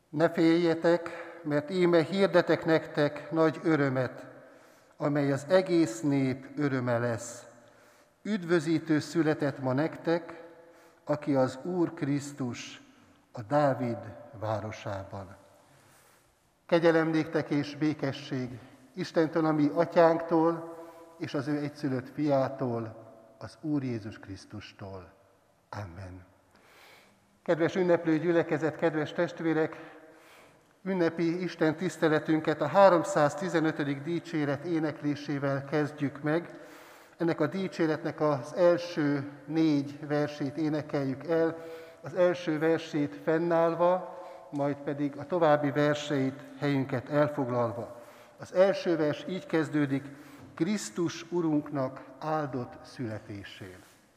Ne féljetek, mert íme hirdetek nektek nagy örömet, amely az egész nép öröme lesz. Üdvözítő született ma nektek, aki az Úr Krisztus a Dávid városában. Kegyelem néktek és békesség Istentől, a mi atyánktól, és az ő egyszülött fiától, az Úr Jézus Krisztustól. Amen. Kedves ünneplő gyülekezet, kedves testvérek, ünnepi Isten tiszteletünket a 315. dicséret éneklésével kezdjük meg. Ennek a dicséretnek az első 4 versét énekeljük el, az első versét fennállva, majd pedig a további verseit helyünket elfoglalva. Az első vers így kezdődik: Krisztus Urunknak áldott születésén.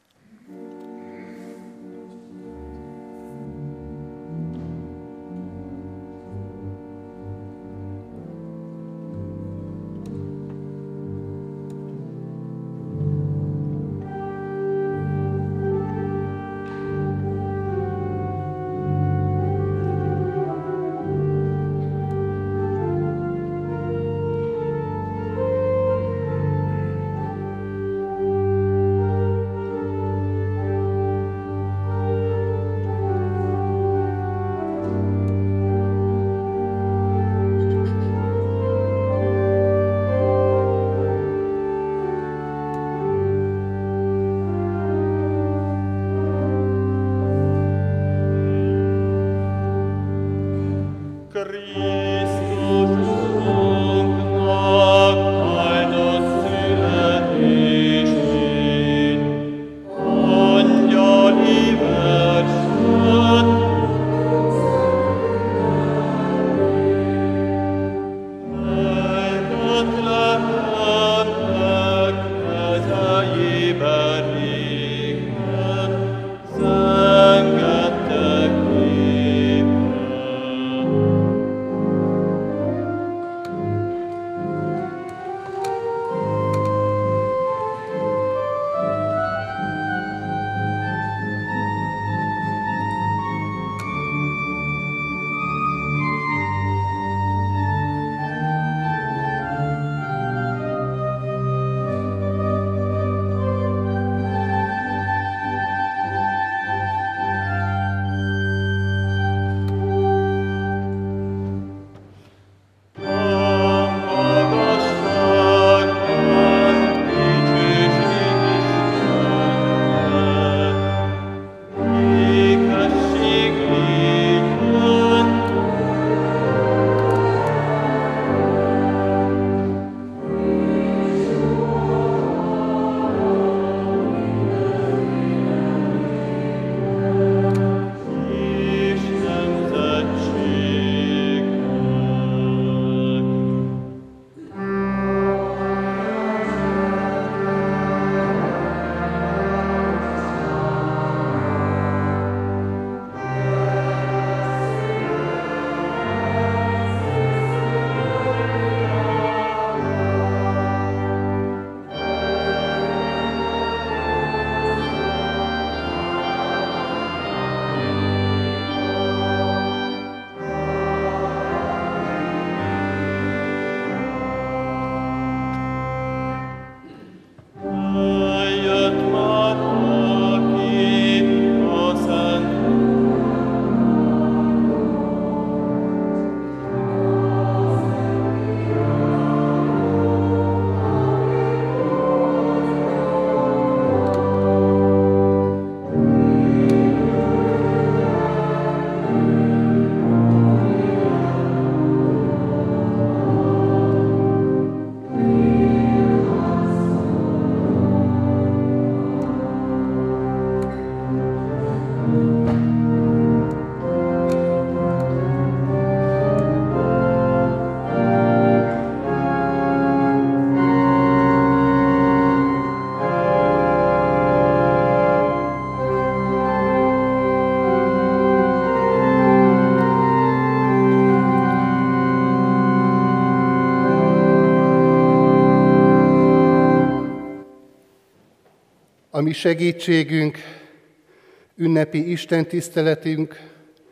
A mi segítségünk, ünnepi Isten tiszteletünk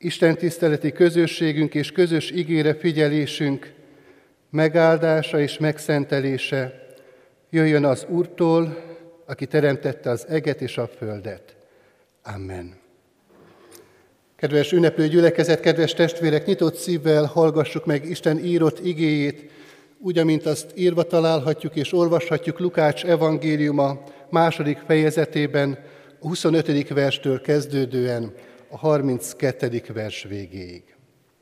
Isten tiszteleti közösségünk és közös igére figyelésünk megáldása és megszentelése jöjjön az Úrtól, aki teremtette az eget és a földet. Amen. Kedves ünneplő gyülekezet, kedves testvérek, nyitott szívvel hallgassuk meg Isten írott igéjét, úgy, amint azt írva találhatjuk és olvashatjuk Lukács evangéliuma 2. fejezetében, a 25. verstől kezdődően a 32. vers végéig.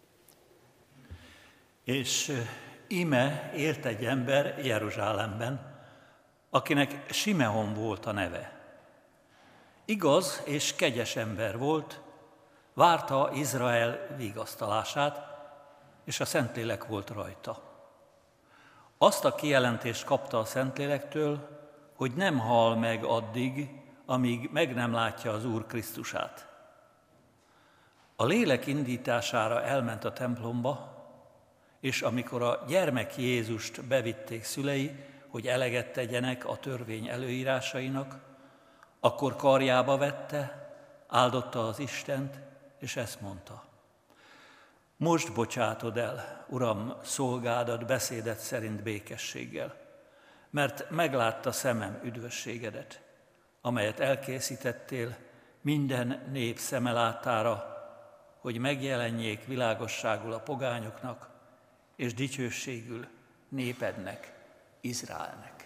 És íme élt egy ember Jeruzsálemben, akinek Simeon volt a neve. Igaz és kegyes ember volt, várta Izrael vigasztalását, és a Szentlélek volt rajta. Azt a kijelentést kapta a Szentlélektől, hogy nem hal meg addig, amíg meg nem látja az Úr Krisztusát. A lélek indítására elment a templomba, és amikor a gyermek Jézust bevitték szülei, hogy eleget tegyenek a törvény előírásainak, akkor karjába vette, áldotta az Istent, és ezt mondta: most bocsátod el, Uram, szolgádat beszédet szerint békességgel, mert meglátta szemem üdvösségedet, amelyet elkészítettél minden nép szeme láttára, hogy megjelenjék világosságul a pogányoknak, és dicsőségül népednek, Izraelnek.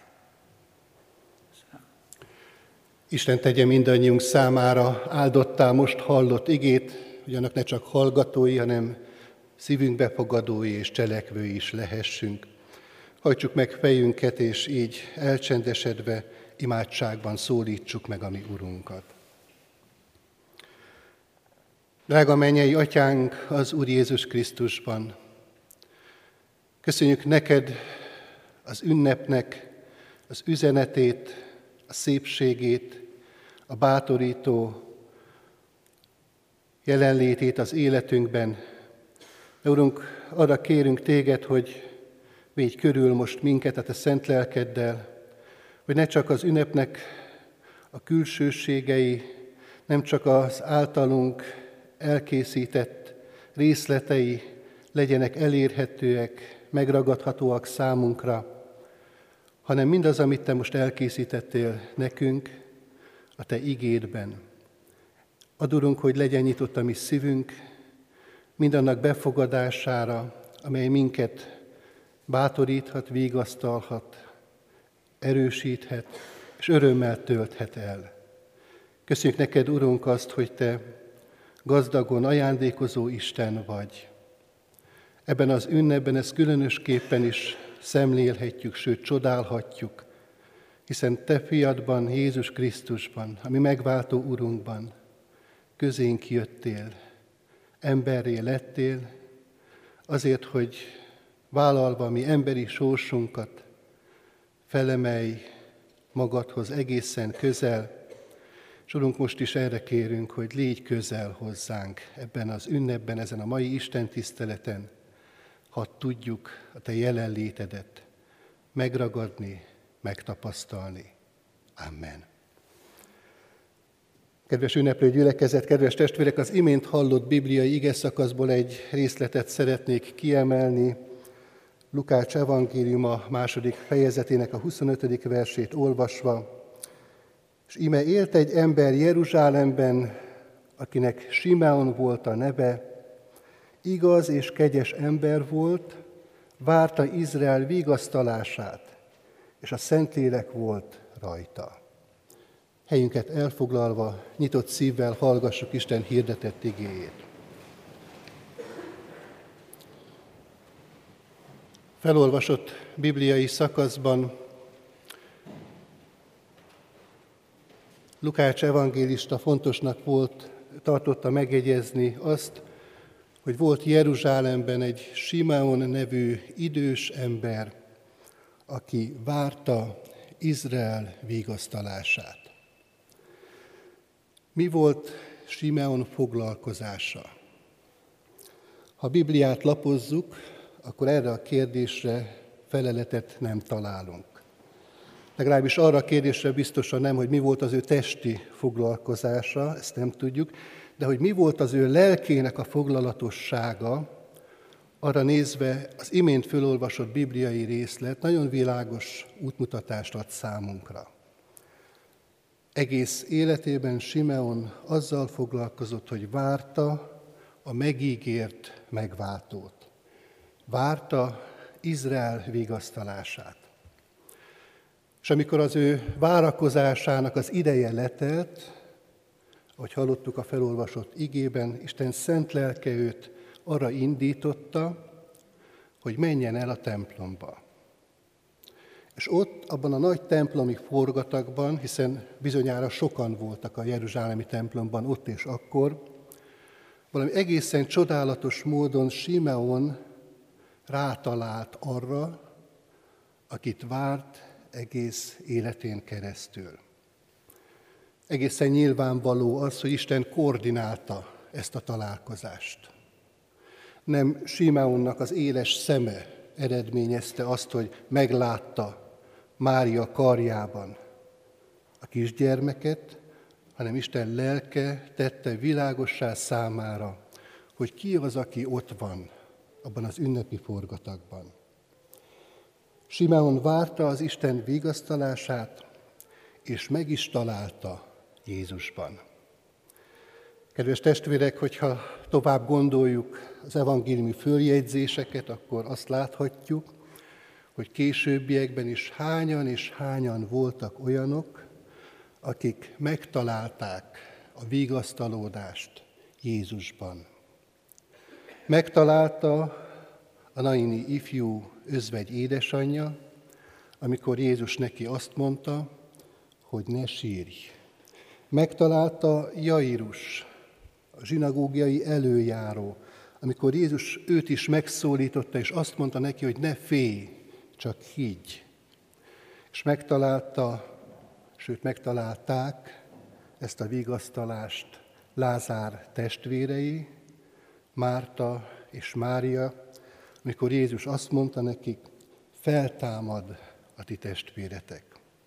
Isten tegye mindannyiunk számára áldottá most hallott igét, hogy annak ne csak hallgatói, hanem szívünk befogadói és cselekvői is lehessünk. Hajtsuk meg fejünket, és így elcsendesedve imádságban szólítsuk meg a mi Urunkat. Drága mennyei Atyánk az Úr Jézus Krisztusban, köszönjük neked az ünnepnek az üzenetét, a szépségét, a bátorító jelenlétét az életünkben. Urunk, arra kérünk téged, hogy védj körül most minket a te szent lelkeddel, hogy ne csak az ünnepnek a külsőségei, nem csak az általunk elkészített részletei legyenek elérhetőek, megragadhatóak számunkra, hanem mindaz, amit te most elkészítettél nekünk a te igédben. Adurunk, hogy legyen nyitott a mi szívünk mindannak befogadására, amely minket bátoríthat, vigasztalhat, erősíthet, és örömmel tölthet el. Köszönjük neked, Urunk, azt, hogy te gazdagon ajándékozó Isten vagy. Ebben az ünnepben ezt különösképpen is szemlélhetjük, sőt csodálhatjuk, hiszen te fiadban, Jézus Krisztusban, a mi megváltó Urunkban közénk jöttél, emberré lettél, azért, hogy vállalva mi emberi sorsunkat felemelj magadhoz egészen közel, és Urunk, most is erre kérünk, hogy légy közel hozzánk ebben az ünnepben, ezen a mai Isten tiszteleten, ha tudjuk a te jelenlétedet megragadni, megtapasztalni. Amen. Kedves ünneplő gyülekezet, kedves testvérek, az imént hallott bibliai igeszakaszból egy részletet szeretnék kiemelni. Lukács evangéliuma 2. fejezetének a 25. versét olvasva. És íme élt egy ember Jeruzsálemben, akinek Simeon volt a neve, igaz és kegyes ember volt, várta Izrael vigasztalását, és a Szentlélek volt rajta. Helyünket elfoglalva, nyitott szívvel hallgassuk Isten hirdetett igéjét. Felolvasott bibliai szakaszban Lukács evangélista fontosnak tartotta megjegyezni azt, hogy volt Jeruzsálemben egy Simeon nevű idős ember, aki várta Izrael vigasztalását. Mi volt Simeon foglalkozása? Ha Bibliát lapozzuk, akkor erre a kérdésre feleletet nem találunk. Legalábbis arra a kérdésre biztosan nem, hogy mi volt az ő testi foglalkozása, ezt nem tudjuk, de hogy mi volt az ő lelkének a foglalatossága, arra nézve az imént fölolvasott bibliai részlet nagyon világos útmutatást ad számunkra. Egész életében Simeon azzal foglalkozott, hogy várta a megígért megváltót. Várta Izrael vigasztalását. És amikor az ő várakozásának az ideje letelt, ahogy hallottuk a felolvasott igében, Isten szent lelke őt arra indította, hogy menjen el a templomba. És ott, abban a nagy templomi forgatagban, hiszen bizonyára sokan voltak a jeruzsálemi templomban ott és akkor, valami egészen csodálatos módon Simeon rátalált arra, akit várt egész életén keresztül. Egészen nyilvánvaló az, hogy Isten koordinálta ezt a találkozást. Nem Simeonnak az éles szeme eredményezte azt, hogy meglátta Mária karjában a kisgyermeket, hanem Isten lelke tette világossá számára, hogy ki az, aki ott van abban az ünnepi forgatagban. Simeon várta az Isten vigasztalását, és meg is találta Jézusban. Kedves testvérek, hogyha tovább gondoljuk az evangéliumi följegyzéseket, akkor azt láthatjuk, hogy későbbiekben is hányan és hányan voltak olyanok, akik megtalálták a vigasztalódást Jézusban. Megtalálta a naini ifjú özvegy édesanyja, amikor Jézus neki azt mondta, hogy ne sírj. Megtalálta Jairus, a zsinagógiai előjáró, amikor Jézus őt is megszólította, és azt mondta neki, hogy ne félj, csak higgy. És megtalálták ezt a vigasztalást Lázár testvérei, Márta és Mária, amikor Jézus azt mondta nekik, feltámad a ti testvéretek.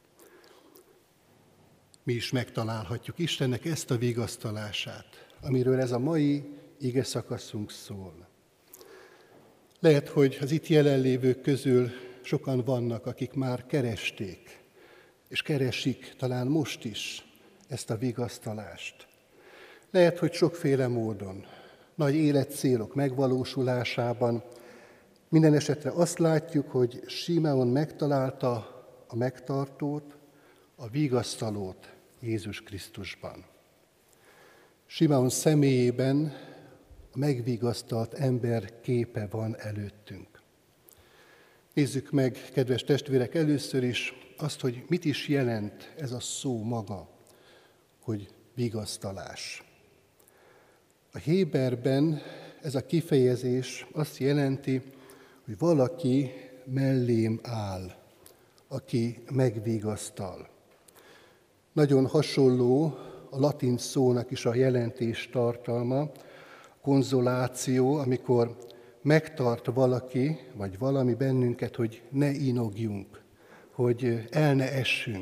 Mi is megtalálhatjuk Istennek ezt a vigasztalását, amiről ez a mai ige szakaszunk szól. Lehet, hogy az itt jelenlévők közül sokan vannak, akik már keresték, és keresik talán most is ezt a vigasztalást. Lehet, hogy sokféle módon, nagy életcélok megvalósulásában, minden esetre azt látjuk, hogy Simeon megtalálta a megtartót, a vigasztalót Jézus Krisztusban. Simeon személyében a megvigasztalt ember képe van előttünk. Nézzük meg, kedves testvérek, először is azt, hogy mit is jelent ez a szó maga, hogy vigasztalás. A héberben ez a kifejezés azt jelenti, hogy valaki mellém áll, aki megvigasztal. Nagyon hasonló a latin szónak is a jelentés tartalma, konzoláció, amikor megtart valaki, vagy valami bennünket, hogy ne inogjunk, hogy el ne essünk.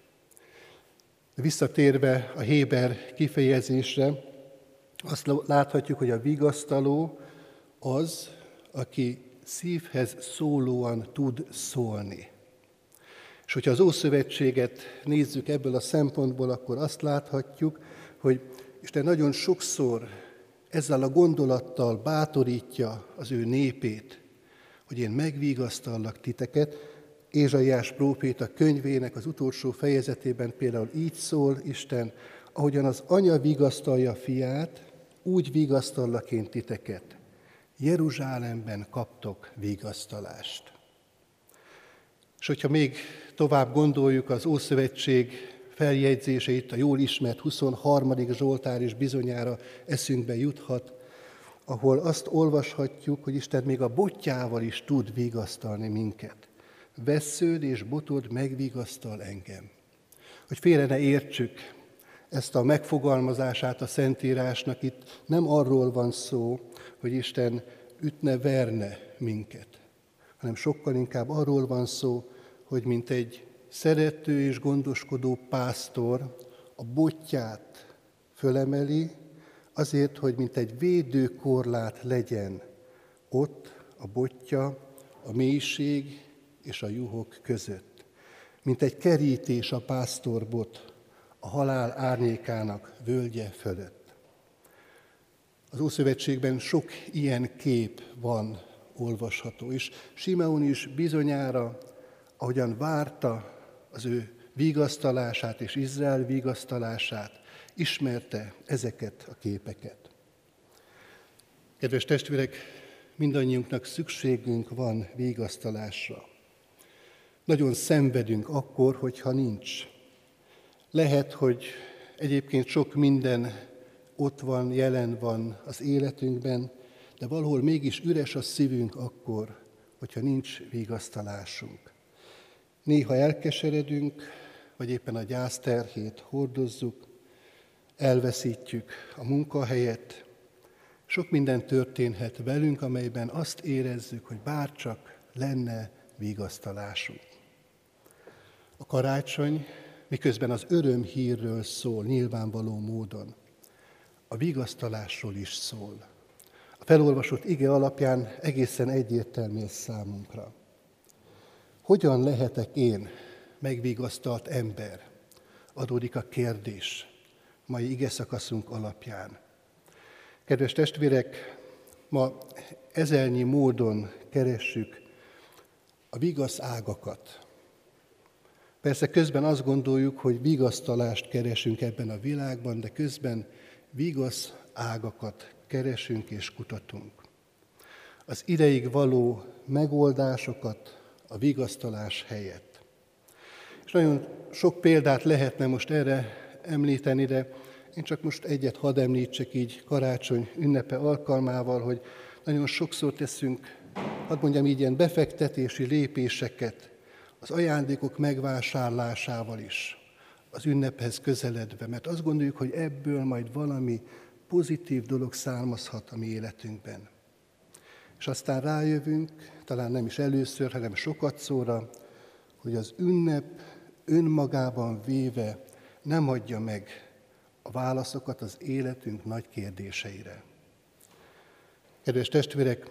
Visszatérve a héber kifejezésre, azt láthatjuk, hogy a vigasztaló az, aki szívhez szólóan tud szólni. És hogyha az Ószövetséget nézzük ebből a szempontból, akkor azt láthatjuk, hogy Isten nagyon sokszor ezzel a gondolattal bátorítja az ő népét, hogy én megvigasztallak titeket. Ézsaiás próféta könyvének az utolsó fejezetében például így szól Isten, ahogyan az anya vigasztalja fiát, úgy vigasztallak én titeket. Jeruzsálemben kaptok vigasztalást. És hogyha még tovább gondoljuk, az Ószövetség feljegyzéseit, a jól ismert 23. Zsoltár is bizonyára eszünkbe juthat, ahol azt olvashatjuk, hogy Isten még a botjával is tud vigasztalni minket. Vessződ és botod megvigasztal engem. Hogy félre ne értsük ezt a megfogalmazását a Szentírásnak, itt nem arról van szó, hogy Isten ütne, verne minket, hanem sokkal inkább arról van szó, hogy mint egy szerető és gondoskodó pásztor a botját fölemeli, azért, hogy mint egy védőkorlát legyen ott a botja, a mélység és a juhok között. Mint egy kerítés a pásztorbot a halál árnyékának völgye fölött. Az Ószövetségben sok ilyen kép van olvasható, és Simeon is bizonyára, ahogyan várta az ő vigasztalását és Izrael vigasztalását, ismerte ezeket a képeket. Kedves testvérek, mindannyiunknak szükségünk van vigasztalásra. Nagyon szenvedünk akkor, hogyha nincs. Lehet, hogy egyébként sok minden ott van, jelen van az életünkben, de valahol mégis üres a szívünk akkor, hogyha nincs vigasztalásunk. Néha elkeseredünk, vagy éppen a gyászterhét hordozzuk, elveszítjük a munkahelyet. Sok minden történhet velünk, amelyben azt érezzük, hogy bárcsak lenne vigasztalásunk. A karácsony, miközben az örömhírről szól nyilvánvaló módon, a vigasztalásról is szól. A felolvasott ige alapján egészen egyértelmű ez számunkra. Hogyan lehetek én megvigasztalt ember? Adódik a kérdés mai igeszakaszunk alapján. Kedves testvérek, ma ezernyi módon keressük a vigasz ágakat. Persze közben azt gondoljuk, hogy vigasztalást keresünk ebben a világban, de közben vigasz ágakat keresünk és kutatunk. Az ideig való megoldásokat a vigasztalás helyett. És nagyon sok példát lehetne most erre említeni, de én csak most egyet hadd említsek így karácsony ünnepe alkalmával, hogy nagyon sokszor teszünk, hadd mondjam így, ilyen befektetési lépéseket az ajándékok megvásárlásával is, az ünnephez közeledve, mert azt gondoljuk, hogy ebből majd valami pozitív dolog származhat a mi életünkben. És aztán rájövünk, talán nem is először, hanem sokatszorra, hogy az ünnep önmagában véve nem adja meg a válaszokat az életünk nagy kérdéseire. Kedves testvérek,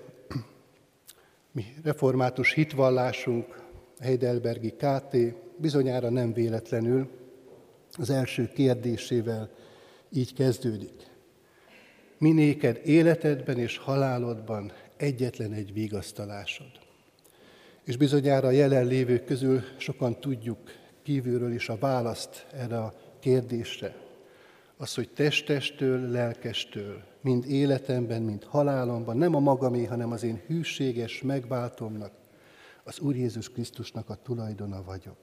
mi református hitvallásunk, a Heidelbergi KT bizonyára nem véletlenül az első kérdésével így kezdődik. Mi néked életedben és halálodban egyetlen egy vigasztalásod. És bizonyára a jelenlévők közül sokan tudjuk kívülről is a választ erre a kérdésre. Az, hogy testestől, lelkestől, mind életemben, mind halálomban, nem a magamé, hanem az én hűséges megváltomnak, az Úr Jézus Krisztusnak a tulajdona vagyok.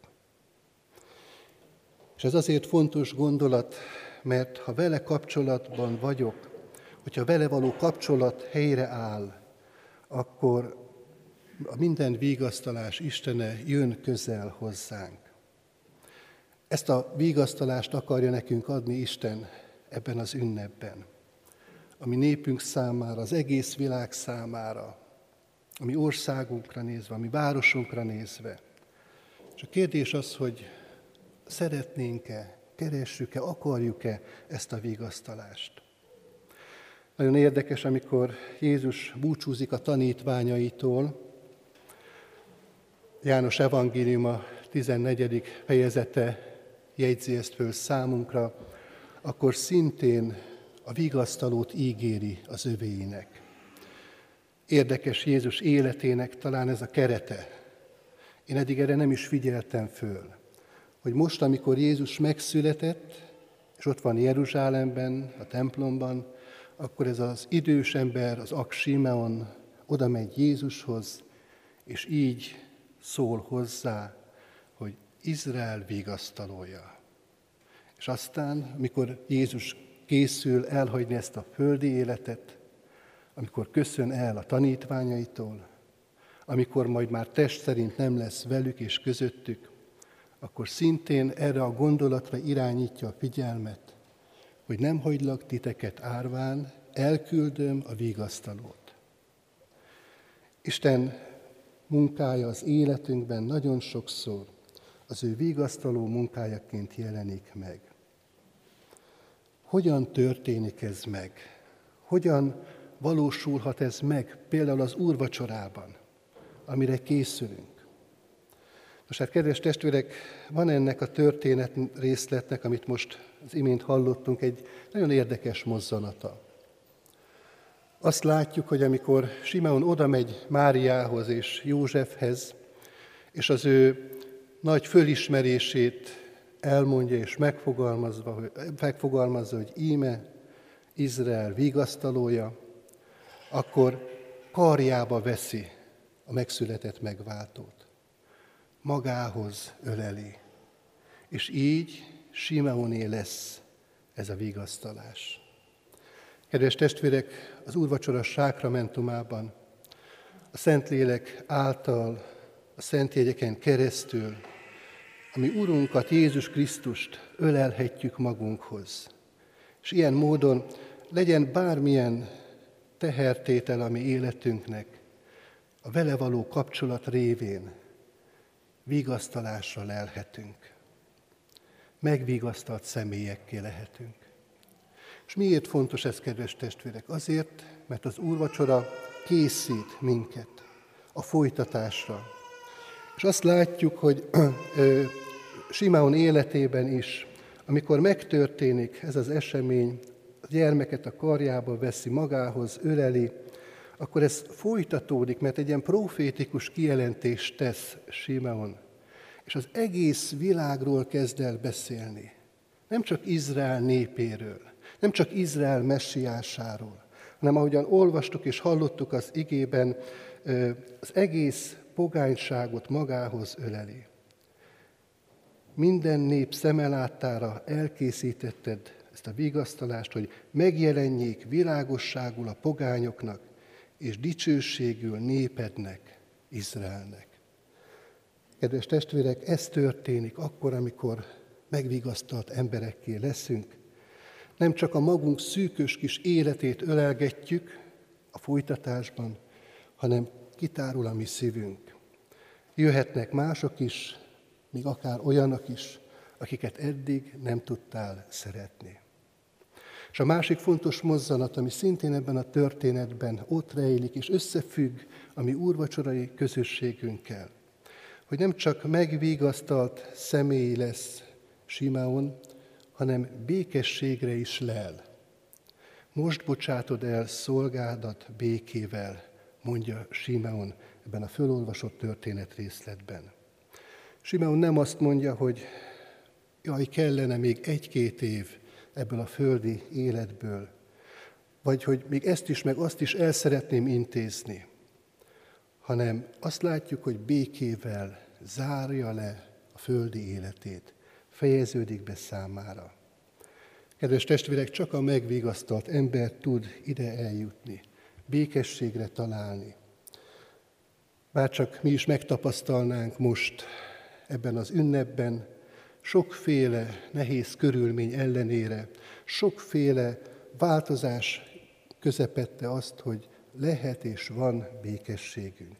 És ez azért fontos gondolat, mert ha vele kapcsolatban vagyok, hogyha vele való kapcsolat helyre áll, akkor a minden vigasztalás Istene jön közel hozzánk. Ezt a vigasztalást akarja nekünk adni Isten ebben az ünnepben. A mi népünk számára, az egész világ számára, a mi országunkra nézve, a mi városunkra nézve. És a kérdés az, hogy szeretnénk-e, keressük-e, akarjuk-e ezt a vigasztalást. Nagyon érdekes, amikor Jézus búcsúzik a tanítványaitól, János evangéliuma 14. fejezete jegyzi ezt föl számunkra, akkor szintén a vigasztalót ígéri az övéinek. Érdekes Jézus életének talán ez a kerete. Én eddig erre nem is figyeltem föl, hogy most, amikor Jézus megszületett, és ott van Jeruzsálemben, a templomban, akkor ez az idős ember, az aks Simeon oda megy Jézushoz, és így szól hozzá, hogy Izrael vigasztalója. És aztán, amikor Jézus készül elhagyni ezt a földi életet, amikor köszön el a tanítványaitól, amikor majd már test szerint nem lesz velük és közöttük, akkor szintén erre a gondolatra irányítja a figyelmet, hogy nem hagylak titeket árván, elküldöm a vigasztalót. Isten munkája az életünkben nagyon sokszor az ő vigasztaló munkájaként jelenik meg. Hogyan történik ez meg? Hogyan valósulhat ez meg például az úrvacsorában, amire készülünk? Most hát, kedves testvérek, van ennek a történet részletnek, amit most az imént hallottunk, egy nagyon érdekes mozzanata. Azt látjuk, hogy amikor Simeon oda megy Máriához és Józsefhez, és az ő nagy fölismerését elmondja és megfogalmazza, hogy íme Izrael vigasztalója, akkor karjába veszi a megszületett megváltót. Magához öleli. És így Simeoné lesz ez a vigasztalás. Kedves testvérek, az úrvacsora sákramentumában a Szentlélek által, a szentjegyeken keresztül, ami Urunkat, Jézus Krisztust ölelhetjük magunkhoz. És ilyen módon legyen bármilyen tehertétel a mi életünknek, a vele való kapcsolat révén vigasztalásra lelhetünk. Megvigasztalt személyekké lehetünk. És miért fontos ez, kedves testvérek? Azért, mert az úrvacsora készít minket a folytatásra. És azt látjuk, hogy Simeon életében is, amikor megtörténik ez az esemény, a gyermeket a karjába veszi, magához öleli, akkor ez folytatódik, mert egy ilyen profétikus kijelentést tesz Simeon, és az egész világról kezd el beszélni. Nem csak Izrael népéről, nem csak Izrael messiásáról, hanem ahogyan olvastuk és hallottuk az igében, az egész pogányságot magához öleli. Minden nép szeme láttára elkészítetted ezt a vigasztalást, hogy megjelenjék világosságul a pogányoknak, és dicsőségül népednek, Izraelnek. Kedves testvérek, ez történik akkor, amikor megvigasztalt emberekké leszünk. Nem csak a magunk szűkös kis életét ölelgetjük a folytatásban, hanem kitárul a mi szívünk. Jöhetnek mások is, még akár olyanok is, akiket eddig nem tudtál szeretni. És a másik fontos mozzanat, ami szintén ebben a történetben ott rejlik, és összefügg a mi úrvacsorai közösségünkkel, hogy nem csak megvigasztalt személy lesz Simeon, hanem békességre is lel. Most bocsátod el szolgádat békével, mondja Simeon ebben a fölolvasott történetrészletben. Simeon nem azt mondja, hogy jaj, kellene még 1-2 év ebből a földi életből, vagy hogy még ezt is, meg azt is el szeretném intézni, hanem azt látjuk, hogy békével zárja le a földi életét, fejeződik be számára. Kedves testvérek, csak a megvigasztalt ember tud ide eljutni, békességre találni. Bárcsak mi is megtapasztalnánk most ebben az ünnepben, sokféle nehéz körülmény ellenére, sokféle változás közepette azt, hogy lehet és van békességünk.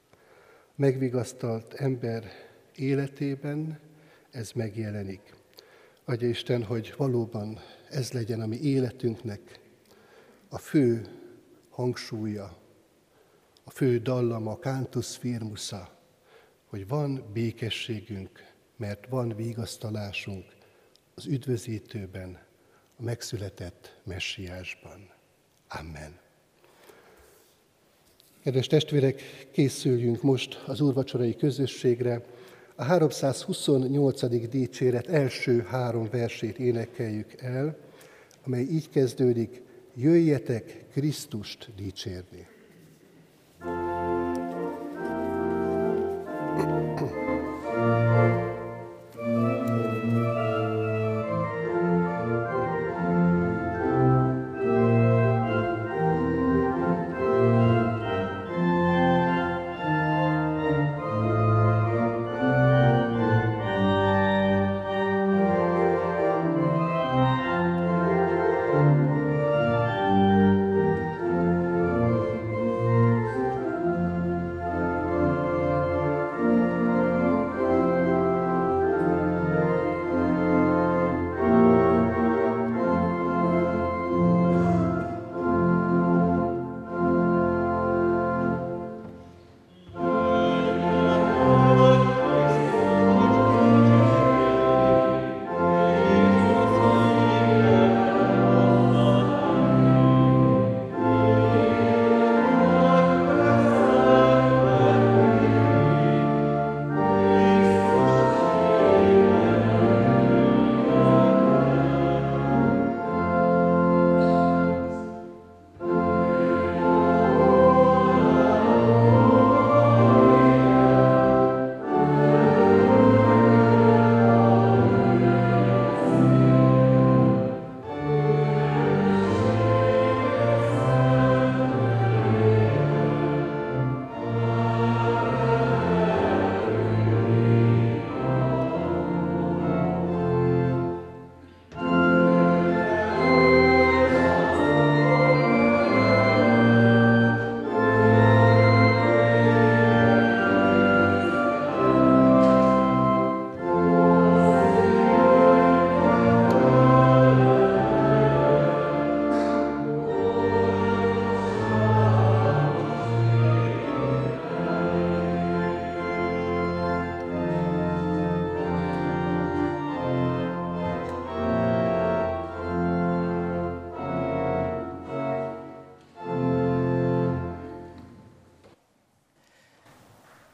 Megvigasztalt ember életében ez megjelenik. Adja Isten, hogy valóban ez legyen a mi életünknek a fő hangsúlya, a fő dallama, a cantus firmusa, hogy van békességünk, mert van vigasztalásunk az üdvözítőben, a megszületett messiásban. Amen. Kedves testvérek, készüljünk most az úrvacsorai közösségre. A 328. dicséret első 3 versét énekeljük el, amely így kezdődik: jöjjetek Krisztust dicsérni.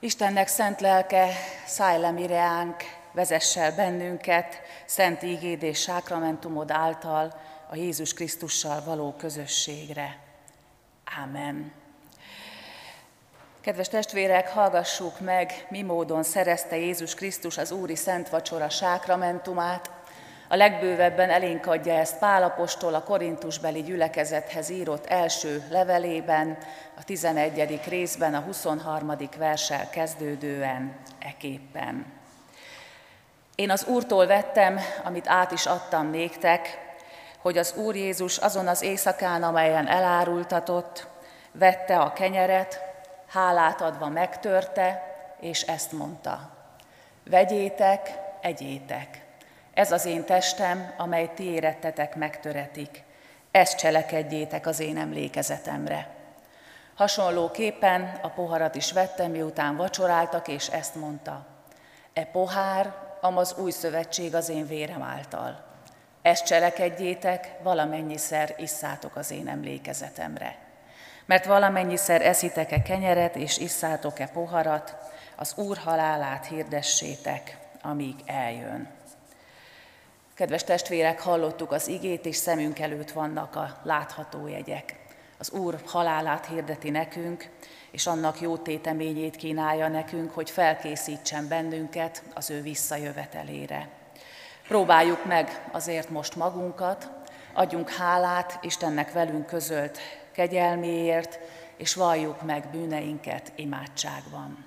Istennek szent lelke, szállj le mi reánk, vezess el bennünket szent ígéd és sákramentumod által a Jézus Krisztussal való közösségre. Ámen. Kedves testvérek, hallgassuk meg, mi módon szerezte Jézus Krisztus az Úri Szent Vacsora sákramentumát. A legbővebben elénk adja ezt Pál apostol a korintusbeli gyülekezethez írott első levelében, a 11. részben, a 23. verssel kezdődően eképpen. Én az Úrtól vettem, amit át is adtam néktek, hogy az Úr Jézus azon az éjszakán, amelyen elárultatott, vette a kenyeret, hálát adva megtörte, és ezt mondta: vegyétek, egyétek, ez az én testem, amely ti érettetek megtöretik, ezt cselekedjétek az én emlékezetemre. Hasonlóképpen a poharat is vettem, miután vacsoráltak, és ezt mondta: e pohár, amaz új szövetség az én vérem által. Ezt cselekedjétek, valamennyiszer isszátok az én emlékezetemre. Mert valamennyiszer eszitek-e kenyeret, és isszátok-e poharat, az Úr halálát hirdessétek, amíg eljön. Kedves testvérek, hallottuk az igét, és szemünk előtt vannak a látható jegyek. Az Úr halálát hirdeti nekünk, és annak jó téteményét kínálja nekünk, hogy felkészítsen bennünket az ő visszajövetelére. Próbáljuk meg azért most magunkat, adjunk hálát Istennek velünk közölt kegyelméért, és valljuk meg bűneinket imádságban.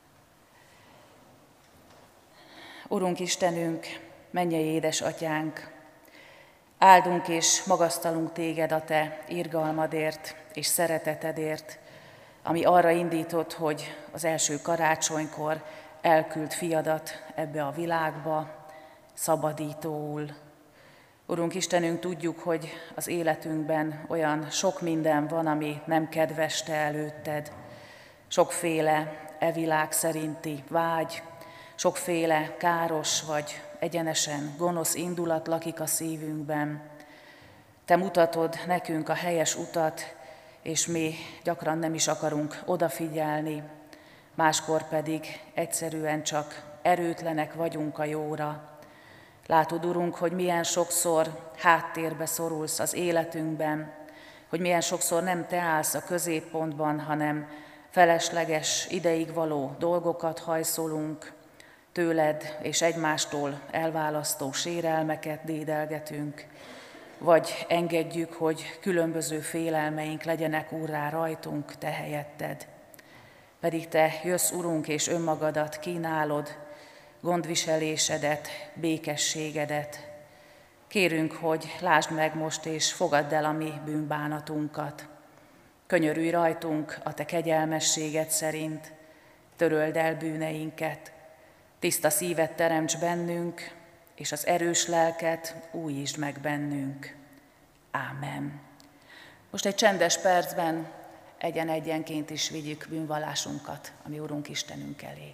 Urunk Istenünk, mennyei édesatyánk, áldunk és magasztalunk téged a te irgalmadért és szeretetedért, ami arra indított, hogy az első karácsonykor elküld fiadat ebbe a világba, szabadítóul. Urunk Istenünk, tudjuk, hogy az életünkben olyan sok minden van, ami nem kedves te előtted. Sokféle világ szerinti vágy, sokféle káros vagy egyenesen gonosz indulat lakik a szívünkben. Te mutatod nekünk a helyes utat, és mi gyakran nem is akarunk odafigyelni, máskor pedig egyszerűen csak erőtlenek vagyunk a jóra. Látod, Urunk, hogy milyen sokszor háttérbe szorulsz az életünkben, hogy milyen sokszor nem te állsz a középpontban, hanem felesleges, ideig való dolgokat hajszolunk, tőled és egymástól elválasztó sérelmeket dédelgetünk, vagy engedjük, hogy különböző félelmeink legyenek úrrá rajtunk te helyetted. Pedig te jössz, Urunk, és önmagadat kínálod, gondviselésedet, békességedet. Kérünk, hogy lásd meg most, és fogadd el a mi bűnbánatunkat. Könyörülj rajtunk a te kegyelmességed szerint, töröld el bűneinket, tiszta szívet teremts bennünk, és az erős lelket újítsd meg bennünk. Ámen. Most egy csendes percben egyen-egyenként is vigyük bűnvallásunkat a mi Urunk Istenünk elé.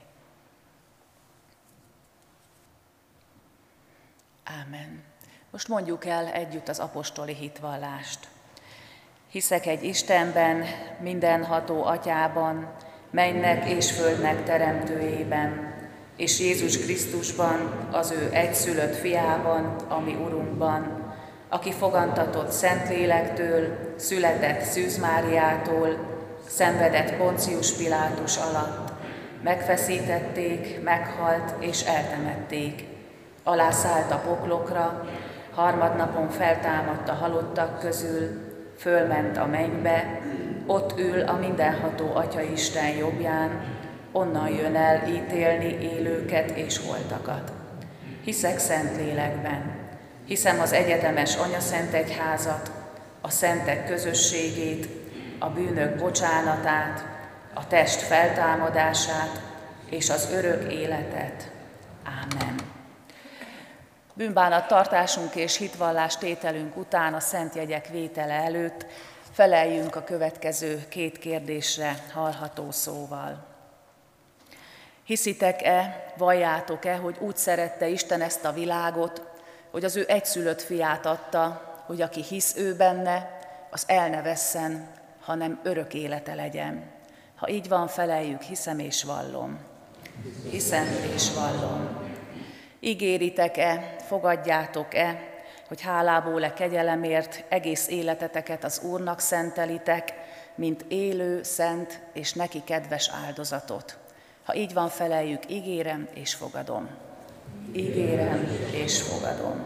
Ámen. Most mondjuk el együtt az apostoli hitvallást. Hiszek egy Istenben, mindenható Atyában, mennynek és földnek teremtőjében, és Jézus Krisztusban, az ő egyszülött fiában, a mi Urunkban, aki fogantatott Szentlélektől, született Szűz Máriától, szenvedett Poncius Pilátus alatt, megfeszítették, meghalt és eltemették. Alászállt a poklokra, harmadnapon feltámadt a halottak közül, fölment a mennybe, ott ül a mindenható Atyaisten jobbján, onnan jön el ítélni élőket és holtakat. Hiszek Szentlélekben, hiszem az egyetemes Anyaszentegyházat, a szentek közösségét, a bűnök bocsánatát, a test feltámadását és az örök életet. Ámen. Bűnbánattartásunk és hitvallás tételünk után a szent jegyek vétele előtt feleljünk a következő két kérdésre hallható szóval. Hiszitek-e, valljátok-e, hogy úgy szerette Isten ezt a világot, hogy az ő egyszülött fiát adta, hogy aki hisz ő benne, az el ne vesszen, hanem örök élete legyen. Ha így van, feleljük, hiszem és vallom. Hiszem és vallom. Ígéritek-e, fogadjátok-e, hogy hálából kegyelemért egész életeteket az Úrnak szentelitek, mint élő, szent és neki kedves áldozatot? Ha így van, feleljük, ígérem és fogadom. Ígérem és fogadom.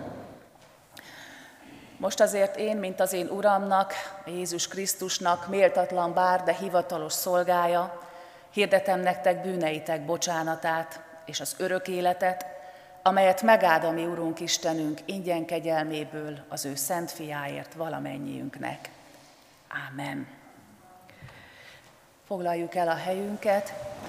Most azért én, mint az én Uramnak, Jézus Krisztusnak méltatlan bár, de hivatalos szolgája, hirdetem nektek bűneitek bocsánatát és az örök életet, amelyet megáld a mi Urunk Istenünk ingyen kegyelméből az ő szent fiáért valamennyiünknek. Ámen. Foglaljuk el a helyünket,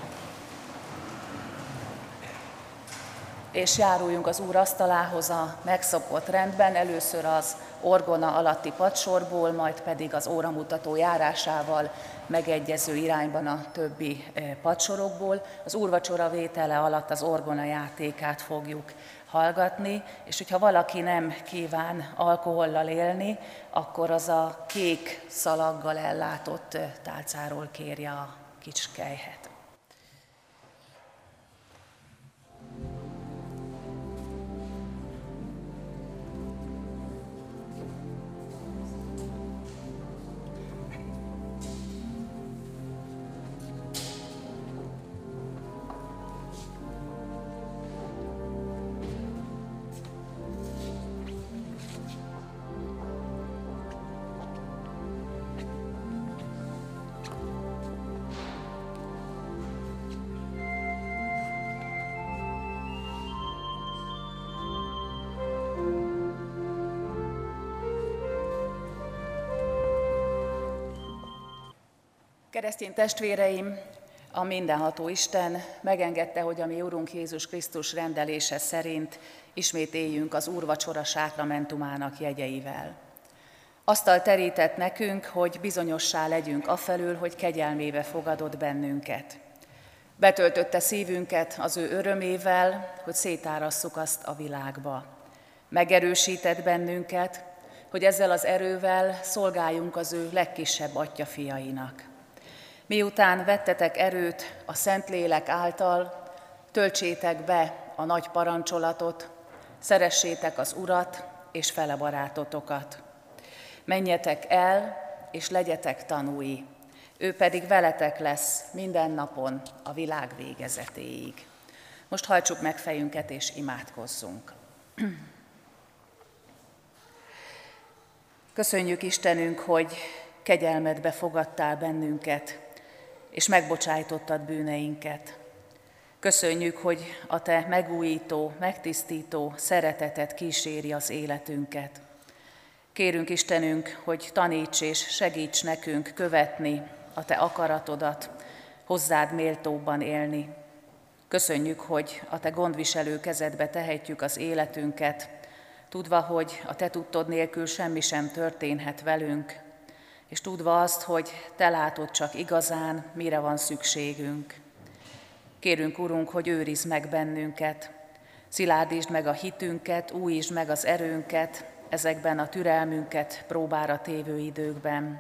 és járuljunk az Úr asztalához a megszokott rendben, először az orgona alatti padsorból, majd pedig az óramutató járásával megegyező irányban a többi padsorokból. Az úrvacsora vétele alatt az orgona játékát fogjuk hallgatni, és hogyha valaki nem kíván alkohollal élni, akkor az a kék szalaggal ellátott tálcáról kérje a kicskelyhet. Keresztény testvéreim, a mindenható Isten megengedte, hogy a mi Urunk Jézus Krisztus rendelése szerint ismét éljünk az úrvacsora sákramentumának jegyeivel. Asztalt terített nekünk, hogy bizonyossá legyünk afelől, hogy kegyelmébe fogadott bennünket. Betöltötte szívünket az ő örömével, hogy szétárasszuk azt a világba. Megerősített bennünket, hogy ezzel az erővel szolgáljunk az ő legkisebb atyjafiainak. Miután vettetek erőt a Szentlélek által, töltsétek be a nagy parancsolatot, szeressétek az Urat és fele barátotokat. Menjetek el, és legyetek tanúi, ő pedig veletek lesz minden napon a világ végezetéig. Most hajtsuk meg fejünket és imádkozzunk. Köszönjük Istenünk, hogy kegyelmedbe fogadtál bennünket, és megbocsájtottad bűneinket. Köszönjük, hogy a te megújító, megtisztító szereteted kíséri az életünket. Kérünk Istenünk, hogy taníts és segíts nekünk követni a te akaratodat, hozzád méltóbban élni. Köszönjük, hogy a te gondviselő kezedbe tehetjük az életünket, tudva, hogy a te tudtod nélkül semmi sem történhet velünk, és tudva azt, hogy te látod csak igazán, mire van szükségünk. Kérünk, Urunk, hogy őrizd meg bennünket, szilárdítsd meg a hitünket, újítsd meg az erőnket ezekben a türelmünket próbára tévő időkben.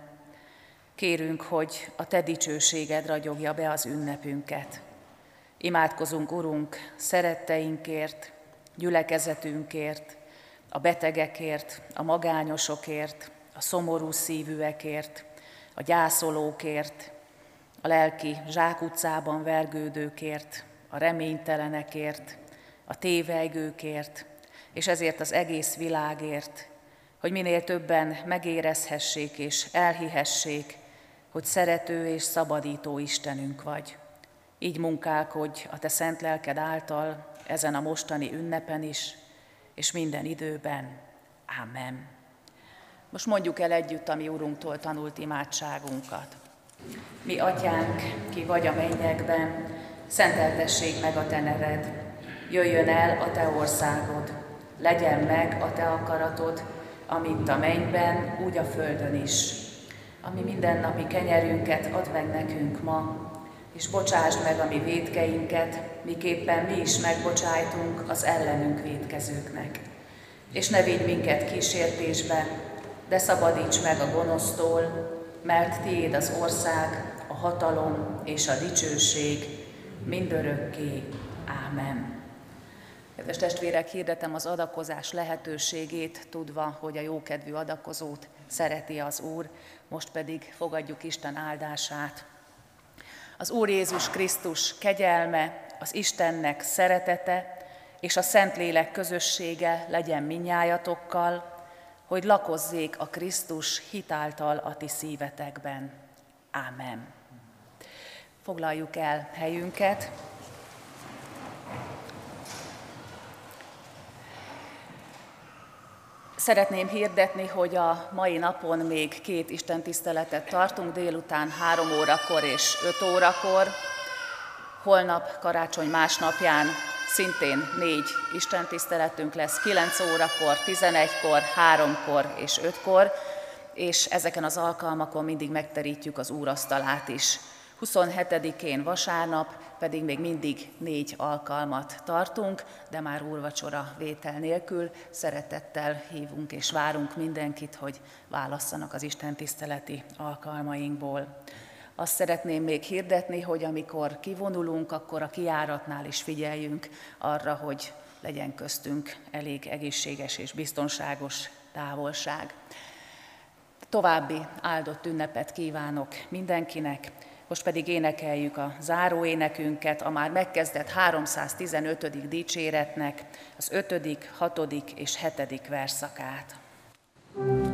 Kérünk, hogy a te dicsőséged ragyogja be az ünnepünket. Imádkozunk, Urunk, szeretteinkért, gyülekezetünkért, a betegekért, a magányosokért, a szomorú szívűekért, a gyászolókért, a lelki zsákutcában vergődőkért, a reménytelenekért, a tévejgőkért, és ezért az egész világért, hogy minél többen megérezhessék és elhihessék, hogy szerető és szabadító Istenünk vagy. Így munkálkodj a te szent lelked által ezen a mostani ünnepen is, és minden időben. Ámen. Most mondjuk el együtt a mi Urunktól tanult imádságunkat. Mi Atyánk, ki vagy a mennyekben, szenteltessék meg a te neved. Jöjjön el a te országod, legyen meg a te akaratod, amint a mennyben, úgy a földön is. Ami mindennapi kenyerünket add meg nekünk ma, és bocsásd meg a mi vétkeinket, miképpen mi is megbocsájtunk az ellenünk vétkezőknek. És ne vigy minket kísértésbe, de szabadíts meg a gonosztól, mert tiéd az ország, a hatalom és a dicsőség mindörökké. Ámen. Kedves testvérek, hirdetem az adakozás lehetőségét, tudva, hogy a jókedvű adakozót szereti az Úr, most pedig fogadjuk Isten áldását. Az Úr Jézus Krisztus kegyelme, az Istennek szeretete és a Szentlélek közössége legyen mindnyájatokkal, hogy lakozzék a Krisztus hitáltal a ti szívetekben. Ámen. Foglaljuk el helyünket. Szeretném hirdetni, hogy a mai napon még 2 istentiszteletet tartunk, délután 3 órakor és 5 órakor. Holnap, karácsony másnapján szintén 4 istentiszteletünk lesz, 9 órakor, 11-kor, 3-kor és 5-kor, és ezeken az alkalmakon mindig megterítjük az úrasztalát is. 27-én vasárnap pedig még mindig 4 alkalmat tartunk, de már úrvacsora vétel nélkül. Szeretettel hívunk és várunk mindenkit, hogy válasszanak az istentiszteleti alkalmainkból. Azt szeretném még hirdetni, hogy amikor kivonulunk, akkor a kijáratnál is figyeljünk arra, hogy legyen köztünk elég egészséges és biztonságos távolság. További áldott ünnepet kívánok mindenkinek, most pedig énekeljük a záróénekünket, a már megkezdett 315. dicséretnek az 5., 6. és 7. versszakát.